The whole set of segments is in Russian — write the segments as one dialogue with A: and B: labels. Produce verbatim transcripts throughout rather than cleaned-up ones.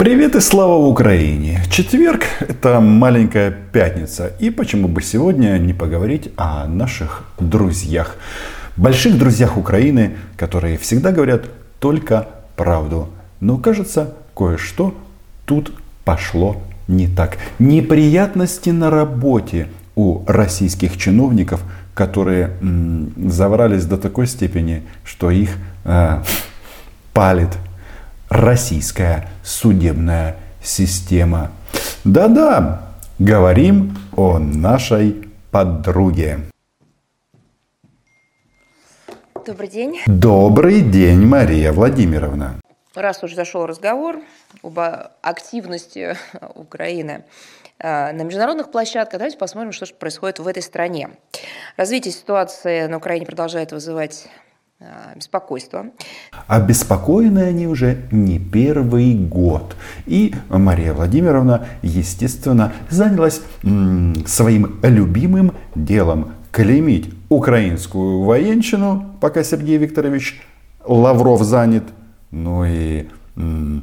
A: Привет и слава Украине! Четверг – это маленькая пятница. И почему бы сегодня не поговорить о наших друзьях. Больших друзьях Украины, которые всегда говорят только правду. Но кажется, кое-что тут пошло не так. Неприятности на работе у российских чиновников, которые м, заврались до такой степени, что их э, палит российская судебная система. Да-да, говорим о нашей подруге.
B: Добрый день.
A: Добрый день, Мария Владимировна.
B: Раз уж зашел разговор об активности Украины на международных площадках, давайте посмотрим, что же происходит в этой стране. Развитие ситуации на Украине продолжает вызывать беспокойство.
A: Обеспокоены они уже не первый год. И Мария Владимировна, естественно, занялась м, своим любимым делом – клеймить украинскую военщину, пока Сергей Викторович Лавров занят, ну и м,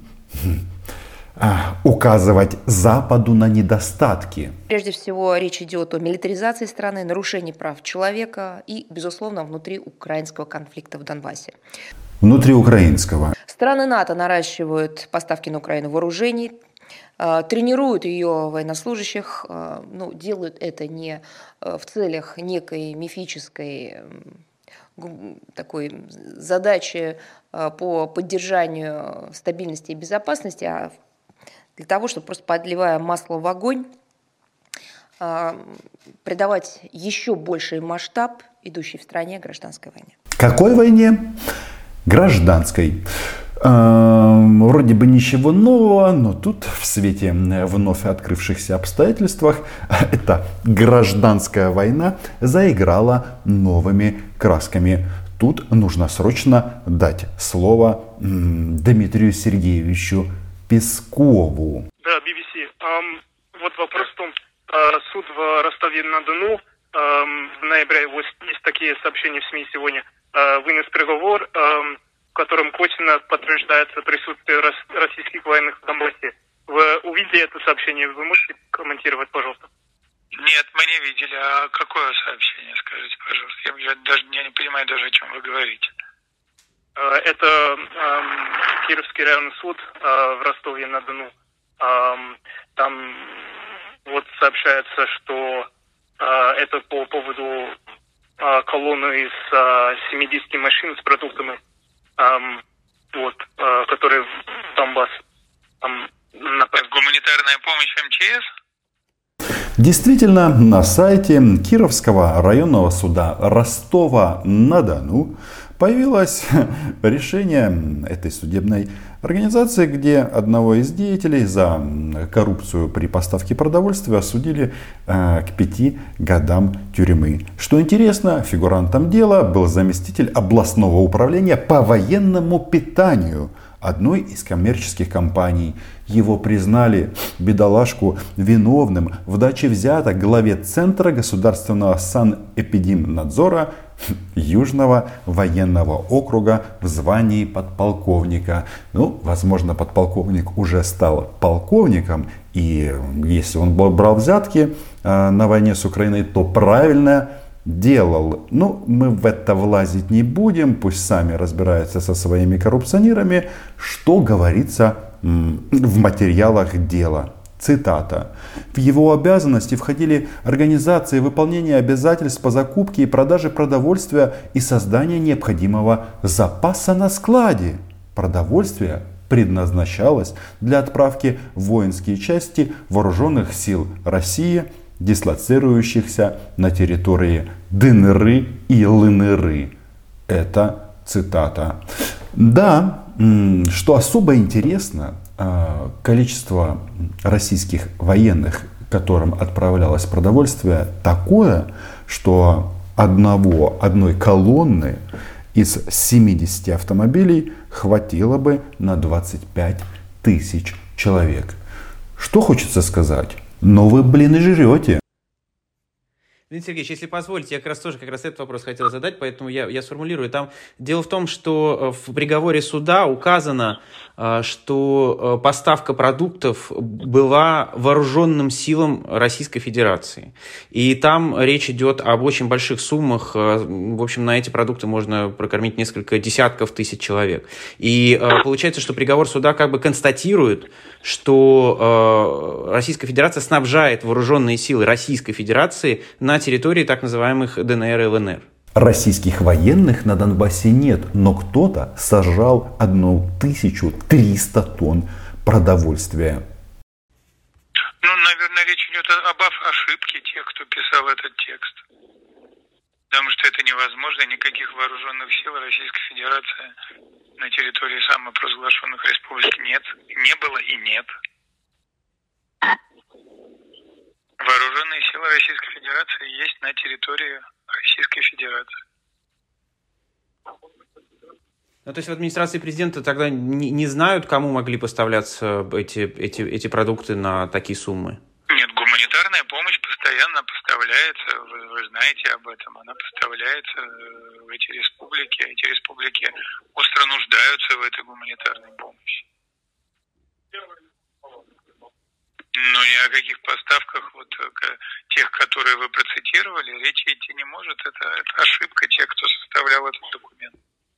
A: указывать Западу на недостатки.
B: Прежде всего, речь идет о милитаризации страны, нарушении прав человека и, безусловно, внутри украинского конфликта в Донбассе.
A: Внутри украинского.
B: Страны НАТО наращивают поставки на Украину вооружений, тренируют ее военнослужащих, ну, делают это не в целях некой мифической такой задачи по поддержанию стабильности и безопасности, а для того, чтобы просто подливая масло в огонь, придавать еще больший масштаб идущей в стране гражданской войне.
A: Какой войне? Гражданской. Вроде бы ничего нового, но тут в свете вновь открывшихся обстоятельствах эта гражданская война заиграла новыми красками. Тут нужно срочно дать слово Дмитрию Сергеевичу Пескову.
C: Да, би би си. Um, вот вопрос в том, uh, суд в Ростове-на-Дону um, в ноябре, вот есть такие сообщения в СМИ сегодня, uh, вынес приговор, um, в котором косвенно подтверждается присутствие рос- российских военных в Донбассе. Вы увидели это сообщение? Вы можете комментировать, пожалуйста?
D: Нет, мы не видели. А какое сообщение, скажите, пожалуйста? Я, я даже я не понимаю даже, о чем вы говорите.
C: Это э, Кировский районный суд э, в Ростове-на-Дону. Э, там вот сообщается, что э, это по поводу э, колонны из э, семидесяти машин с продуктами, э, вот, э, которые в Донбасс. Там,
D: Это гуманитарная помощь эм че эс?
A: Действительно, на сайте Кировского районного суда Ростова-на-Дону появилось решение этой судебной организации, где одного из деятелей за коррупцию при поставке продовольствия осудили э, к пяти годам тюрьмы. Что интересно, фигурантом дела был заместитель областного управления по военному питанию одной из коммерческих компаний. Его признали, бедолашку, виновным в даче взяток главе Центра государственного санэпидемнадзора Южного военного округа в звании подполковника. Ну, возможно, подполковник уже стал полковником, и если он брал взятки э, на войне с Украиной, то правильно делал. Ну, мы в это влазить не будем, пусть сами разбираются со своими коррупционерами, что говорится м, в материалах дела. Цитата. В его обязанности входили организация выполнения обязательств по закупке и продаже продовольствия и создание необходимого запаса на складе. Продовольствие предназначалось для отправки в воинские части вооруженных сил России, дислоцирующихся на территории Дыныры и Лыныры. Это цитата. Да, что особо интересно, количество российских военных, которым отправлялось продовольствие, такое, что одного, одной колонны из семидесяти автомобилей хватило бы на двадцать пять тысяч человек. Что хочется сказать? Но вы, блин, и жрете.
E: Дмитрий Сергеевич, если позволите, я как раз тоже как раз этот вопрос хотел задать, поэтому я, я сформулирую. Там дело в том, что в приговоре суда указано, что поставка продуктов была вооруженным силам Российской Федерации. И там речь идет об очень больших суммах. В общем, на эти продукты можно прокормить несколько десятков тысяч человек. И получается, что приговор суда как бы констатирует, что Российская Федерация снабжает вооруженные силы Российской Федерации на территории так называемых ДНР и ЛНР.
A: Российских военных на Донбассе нет, но кто-то сожрал тысячу триста тонн продовольствия.
D: Ну, наверное, речь идет об ошибке тех, кто писал этот текст. Потому что это невозможно, никаких вооруженных сил Российской Федерации на территории самопровозглашенных республик нет, не было и нет. Вооруженные силы Российской Федерации есть на территории Российской Федерации.
E: Ну, то есть в администрации президента тогда не, не знают, кому могли поставляться эти, эти, эти продукты на такие суммы?
D: Нет, гуманитарная помощь постоянно поставляется, вы, вы знаете об этом, она поставляется в эти республики, эти республики остро нуждаются в этой гуманитарной помощи. Но ни о каких поставках вот тех, которые вы процитировали, речи идти не может. Это, это ошибка тех, кто составлял этот документ.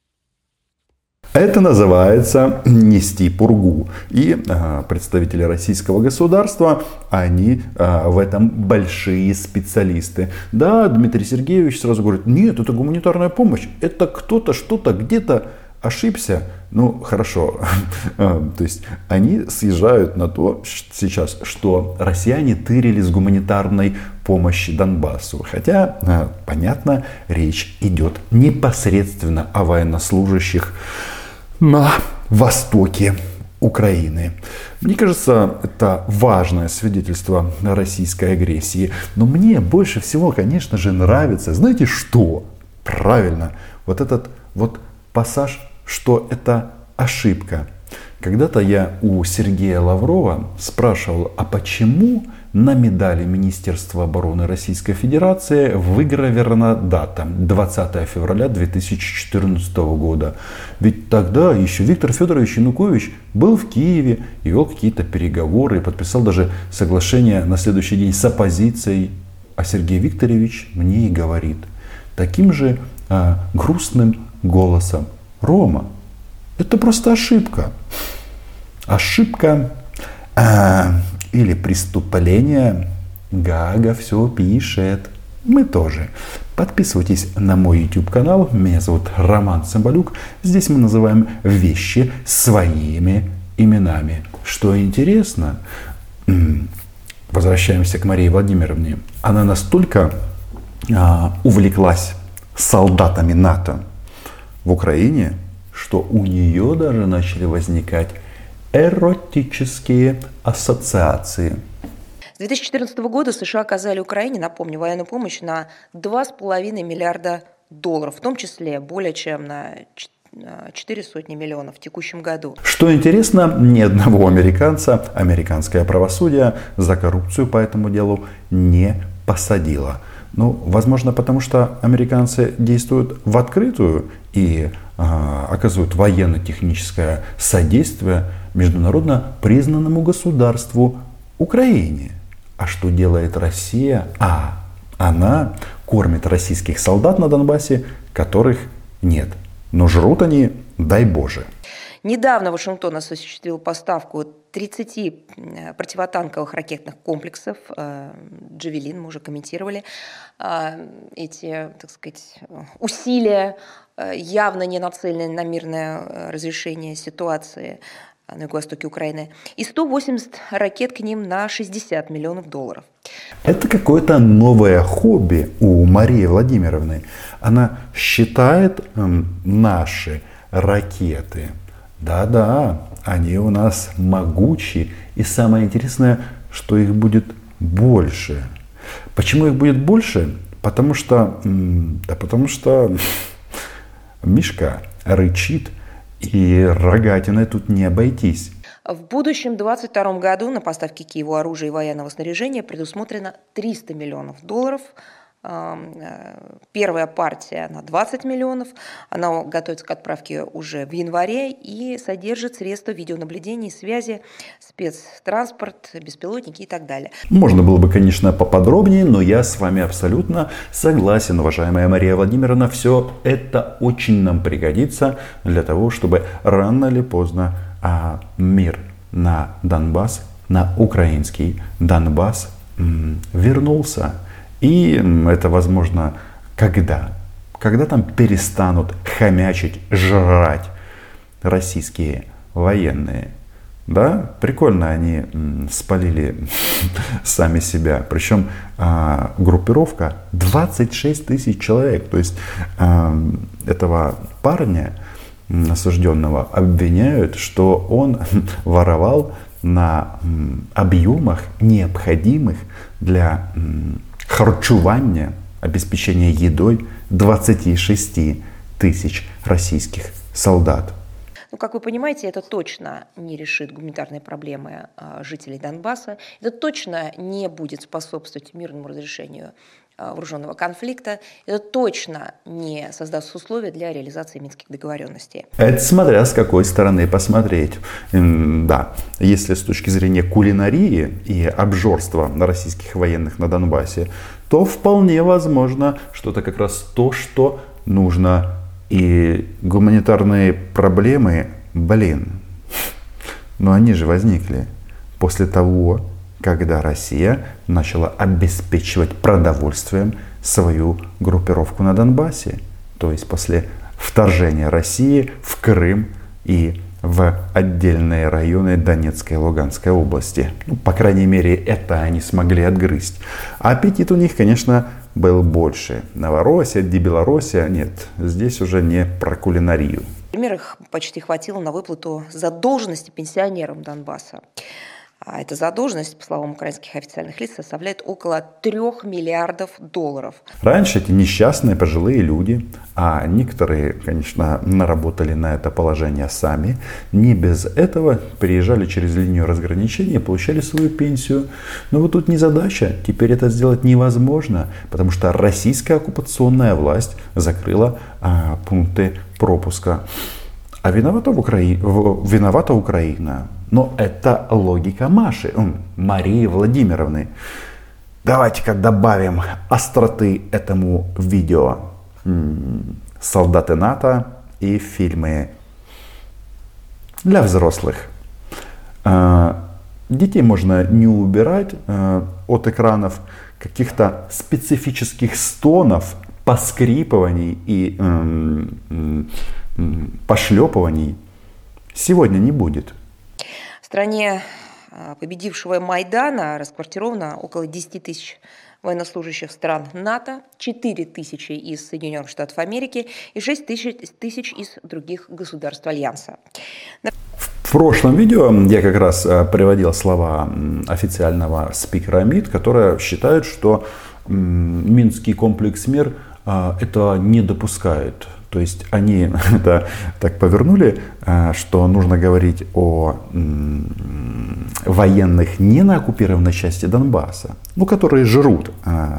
A: Это называется нести пургу. И а, представители российского государства, они а, в этом большие специалисты. Да, Дмитрий Сергеевич сразу говорит, нет, это гуманитарная помощь. Это кто-то что-то где-то ошибся. Ну, хорошо. То есть они съезжают на то сейчас, что россияне тырили с гуманитарной помощи Донбассу. Хотя, понятно, речь идет непосредственно о военнослужащих на востоке Украины. Мне кажется, это важное свидетельство российской агрессии. Но мне больше всего, конечно же, нравится, знаете что? Правильно, вот этот вот пассаж, что это ошибка. Когда-то я у Сергея Лаврова спрашивал, а почему на медали Министерства обороны Российской Федерации выгравирована дата двадцатое февраля две тысячи четырнадцатого года. Ведь тогда еще Виктор Федорович Янукович был в Киеве и вел какие-то переговоры, и подписал даже соглашение на следующий день с оппозицией. А Сергей Викторович мне и говорит таким же а, грустным голосом: Рома, это просто ошибка. Ошибка а, или преступление. Гага все пишет. Мы тоже. Подписывайтесь на мой YouTube канал. Меня зовут Роман Цымбалюк. Здесь мы называем вещи своими именами. Что интересно, возвращаемся к Марии Владимировне. Она настолько а, увлеклась солдатами НАТО в Украине, что у нее даже начали возникать эротические ассоциации.
B: С две тысячи четырнадцатого года США оказали Украине, напомню, военную помощь на два с половиной миллиарда долларов, в том числе более чем на четыре сотни миллионов в текущем году.
A: Что интересно, ни одного американца американское правосудие за коррупцию по этому делу не посадило. Ну, возможно, потому что американцы действуют в открытую и а, оказывают военно-техническое содействие международно признанному государству Украине. А что делает Россия? А, она кормит российских солдат на Донбассе, которых нет. Но жрут они, дай Боже.
B: Недавно Вашингтон осуществил поставку тридцати противотанковых ракетных комплексов. «Джавелин», мы уже комментировали. Эти, так сказать, усилия явно не нацелены на мирное разрешение ситуации на юго-востоке Украины. И сто восемьдесят ракет к ним на шестьдесят миллионов долларов.
A: Это какое-то новое хобби у Марии Владимировны. Она считает эм, наши ракеты. Да-да, они у нас могучие. И самое интересное, что их будет больше. Почему их будет больше? Потому что, да потому что Мишка рычит, и рогатиной тут не обойтись.
B: В будущем двадцать втором году на поставки Киеву оружия и военного снаряжения предусмотрено триста миллионов долларов. Первая партия на двадцать миллионов, она готовится к отправке уже в январе и содержит средства видеонаблюдения и связи, спецтранспорт, беспилотники и так далее.
A: Можно было бы, конечно, поподробнее, но я с вами абсолютно согласен, уважаемая Мария Владимировна. Все это очень нам пригодится для того, чтобы рано или поздно а, мир на Донбасс, на украинский Донбасс м, вернулся. И это возможно когда? Когда там перестанут хомячить, жрать российские военные. Да, прикольно они м, спалили сами себя. Причем э, группировка двадцать шесть тысяч человек. То есть э, этого парня, осужденного, обвиняют, что он воровал на м, объемах, необходимых для м, харчевания, обеспечения едой двадцати шести тысяч российских солдат.
B: Ну, как вы понимаете, это точно не решит гуманитарные проблемы жителей Донбасса. Это точно не будет способствовать мирному разрешению вооруженного конфликта. Это точно не создаст условия для реализации минских договоренностей.
A: Это смотря с какой стороны посмотреть. Да, если с точки зрения кулинарии и обжорства российских военных на Донбассе, то вполне возможно, что это как раз то, что нужно. И гуманитарные проблемы, блин, но они же возникли после того, когда Россия начала обеспечивать продовольствием свою группировку на Донбассе. То есть после вторжения России в Крым и в отдельные районы Донецкой и Луганской области. Ну, по крайней мере, это они смогли отгрызть. А аппетит у них, конечно, был больше. Новороссия, Дебелороссия, нет, здесь уже не про кулинарию.
B: Например, их почти хватило на выплату задолженности пенсионерам Донбасса. А эта задолженность, по словам украинских официальных лиц, составляет около трех миллиардов долларов.
A: Раньше эти несчастные пожилые люди, а некоторые, конечно, наработали на это положение сами, не без этого приезжали через линию разграничения и получали свою пенсию. Но вот тут незадача, теперь это сделать невозможно, потому что российская оккупационная власть закрыла а, пункты пропуска. А виновата, в Укра... виновата Украина. Но это логика Маши, Марии Владимировны. Давайте-ка добавим остроты этому видео. Солдаты НАТО и фильмы для взрослых. Детей можно не убирать от экранов, каких-то специфических стонов, поскрипываний и пошлепываний сегодня не будет.
B: В стране победившего Майдана расквартировано около десяти тысяч военнослужащих стран НАТО, четыре тысячи из Соединенных Штатов Америки и шесть тысяч из других государств Альянса.
A: В прошлом видео я как раз приводил слова официального спикера МИД, который считает, что Минский комплекс мир это не допускает. То есть они это так повернули, что нужно говорить о военных не на оккупированной части Донбасса, ну, которые жрут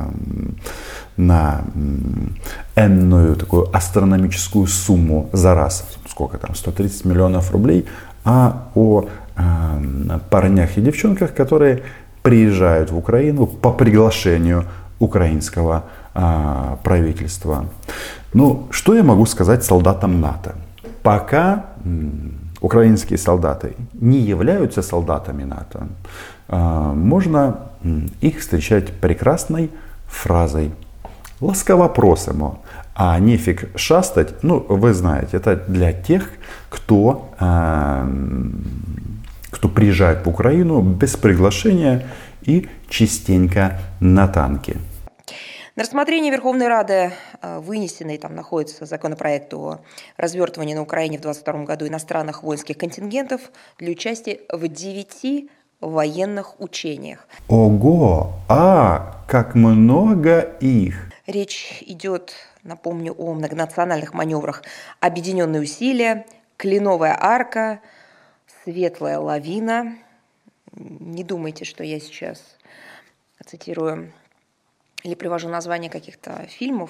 A: на энную такую астрономическую сумму за раз, сколько там, сто тридцать миллионов рублей, а о парнях и девчонках, которые приезжают в Украину по приглашению украинского правительства. Ну, что я могу сказать солдатам НАТО? Пока м, украинские солдаты не являются солдатами НАТО, э, можно м, их встречать прекрасной фразой. Ласково просимо, а нефиг шастать. Ну, вы знаете, это для тех, кто, э, кто приезжает в Украину без приглашения и частенько на танке.
B: На рассмотрении Верховной Рады вынесенный, там находится законопроект о развертывании на Украине в двадцать втором году иностранных воинских контингентов для участия в девяти военных учениях.
A: Ого! А, как много их!
B: Речь идет, напомню, о многонациональных маневрах «Объединенные усилия», «Кленовая арка», «Светлая лавина». Не думайте, что я сейчас цитирую или привожу названия каких-то фильмов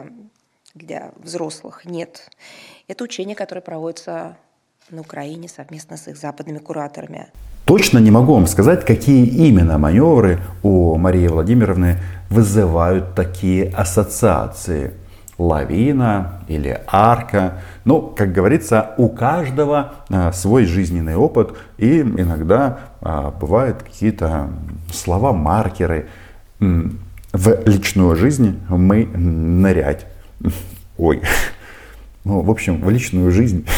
B: для взрослых. Нет. Это учение, которое проводится на Украине совместно с их западными кураторами.
A: Точно не могу вам сказать, какие именно маневры у Марии Владимировны вызывают такие ассоциации. Лавина или арка. Ну, как говорится, у каждого а, свой жизненный опыт, и иногда а, бывают какие-то слова-маркеры. В личную жизнь мы нырять. Ой. Ну, в общем, в личную жизнь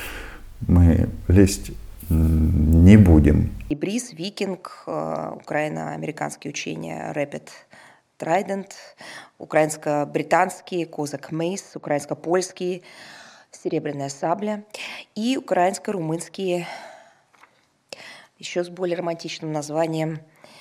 A: мы лезть не будем.
B: Ибрис, Викинг, украино-американские учения Rapid Trident, украинско-британский Козак Мейс, украинско-польский Серебряная сабля и украинско-румынские, еще с более романтичным названием,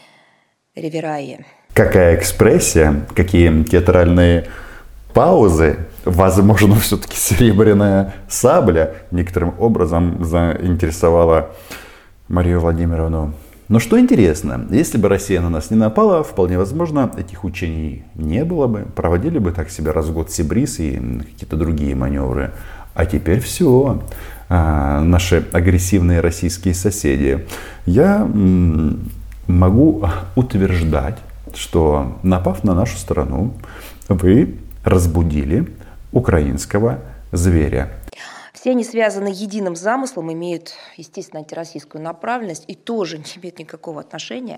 B: Ревераи.
A: Какая экспрессия, какие театральные паузы. Возможно, все-таки Серебряная сабля некоторым образом заинтересовала Марию Владимировну. Но что интересно, если бы Россия на нас не напала, вполне возможно, этих учений не было бы. Проводили бы так себе раз в год Сибрис и какие-то другие маневры. А теперь все. А, наши агрессивные российские соседи. Я м- могу утверждать, что, напав на нашу страну, вы разбудили украинского зверя.
B: Все они связаны единым замыслом, имеют, естественно, антироссийскую направленность и тоже не имеют никакого отношения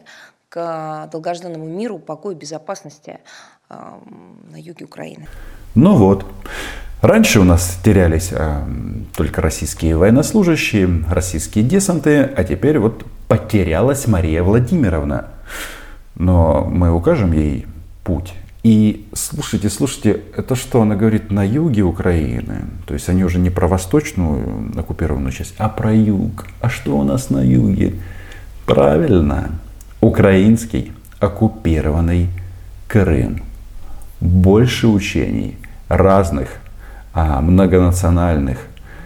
B: к долгожданному миру, покою, безопасности э, на юге Украины.
A: Ну вот. Раньше у нас терялись э, только российские военнослужащие, российские десанты, а теперь вот потерялась Мария Владимировна. Но мы укажем ей путь. И слушайте, слушайте, это что она говорит на юге Украины? То есть они уже не про восточную оккупированную часть, а про юг. А что у нас на юге? Правильно, украинский оккупированный Крым. Больше учений разных, а, многонациональных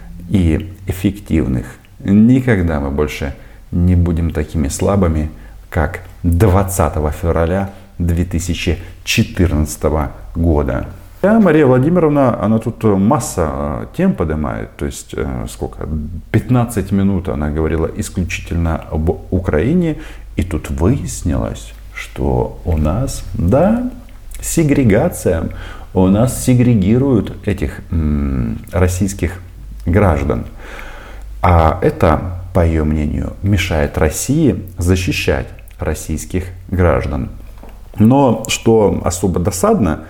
A: и эффективных. Никогда мы больше не будем такими слабыми, как двадцатого февраля две тысячи четырнадцатого года. А Мария Владимировна, она тут масса тем поднимает, то есть сколько, пятнадцать минут она говорила исключительно об Украине, и тут выяснилось, что у нас, да, сегрегация, у нас сегрегируют этих м, российских граждан, а это, по ее мнению, мешает России защищать российских граждан. Но что особо досадно,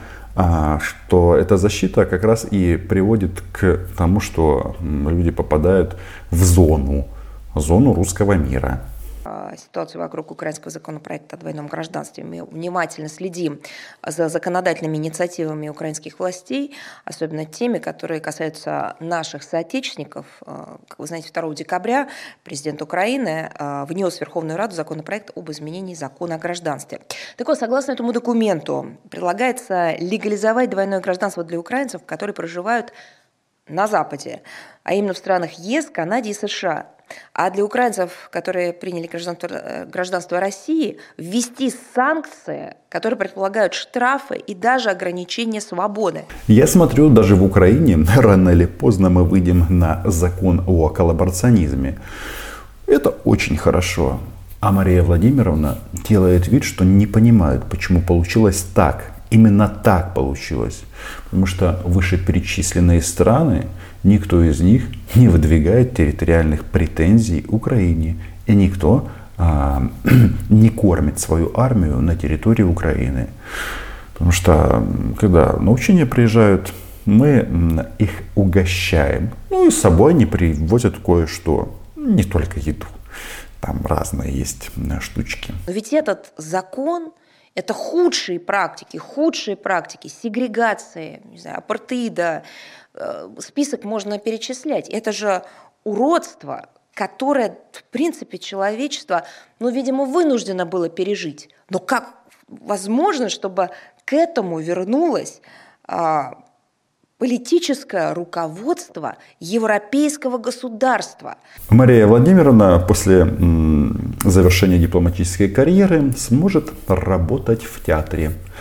A: что эта защита как раз и приводит к тому, что люди попадают в зону, зону русского мира.
B: Ситуацию вокруг украинского законопроекта о двойном гражданстве мы внимательно следим за законодательными инициативами украинских властей, особенно теми, которые касаются наших соотечественников. Как вы знаете, второго декабря президент Украины внес в Верховную Раду законопроект об изменении закона о гражданстве. Так вот, согласно этому документу, предлагается легализовать двойное гражданство для украинцев, которые проживают на Западе, а именно в странах ЕС, Канаде и США. А для украинцев, которые приняли гражданство, гражданство России, ввести санкции, которые предполагают штрафы и даже ограничение свободы.
A: Я смотрю, даже в Украине рано или поздно мы выйдем на закон о коллаборационизме. Это очень хорошо. А Мария Владимировна делает вид, что не понимает, почему получилось так. Именно так получилось. Потому что вышеперечисленные страны, никто из них не выдвигает территориальных претензий Украине. И никто а, не кормит свою армию на территории Украины. Потому что, когда на учения приезжают, мы их угощаем. Ну и с собой они привозят кое-что. Не только еду. Там разные есть штучки.
B: Но ведь этот закон... Это худшие практики, худшие практики сегрегации, не знаю, апартеида. Список можно перечислять. Это же уродство, которое, в принципе, человечество, ну, видимо, вынуждено было пережить. Но как возможно, чтобы к этому вернулось а, политическое руководство европейского государства?
A: Мария Владимировна после м, завершения дипломатической карьеры сможет работать в театре.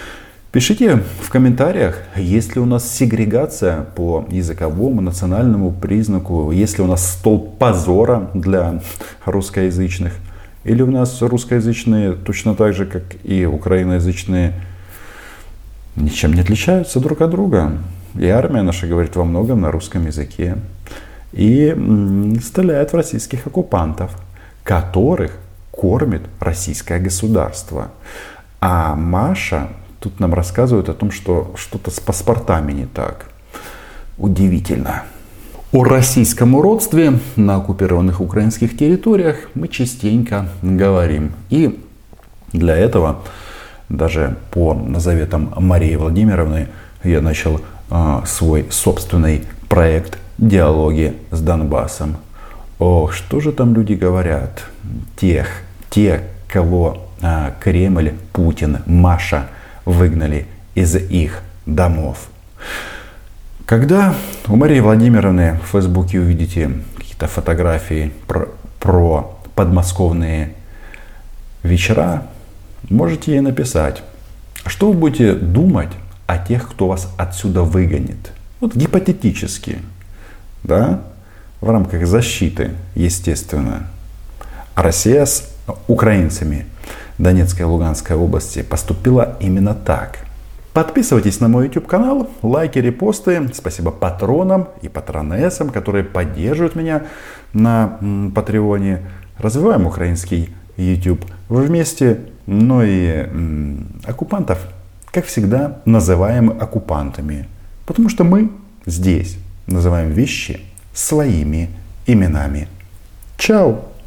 A: Пишите в комментариях, есть ли у нас сегрегация по языковому, национальному признаку, есть ли у нас столб позора для русскоязычных, или у нас русскоязычные точно так же, как и украиноязычные, ничем не отличаются друг от друга. И армия наша говорит во многом на русском языке. И стреляет в российских оккупантов, которых кормит российское государство. А Маша тут нам рассказывает о том, что что-то с паспортами не так. Удивительно. О российском уродстве на оккупированных украинских территориях мы частенько говорим. И для этого даже по заветам Марии Владимировны я начал э, свой собственный проект «Диалоги с Донбассом». Ох, что же там люди говорят? Тех, те, кого э, Кремль, Путин, Маша выгнали из их домов. Когда у Марии Владимировны в Фейсбуке увидите какие-то фотографии про, про подмосковные вечера, можете ей написать, что вы будете думать о тех, кто вас отсюда выгонит. Вот гипотетически, да, в рамках защиты, естественно. А Россия с украинцами Донецкой и Луганской области поступила именно так. Подписывайтесь на мой YouTube канал, лайки, репосты. Спасибо патронам и патронессам, которые поддерживают меня на Патреоне. Развиваем украинский YouTube вместе. Ну и м, оккупантов, как всегда, называем оккупантами. Потому что мы здесь называем вещи своими именами. Чао!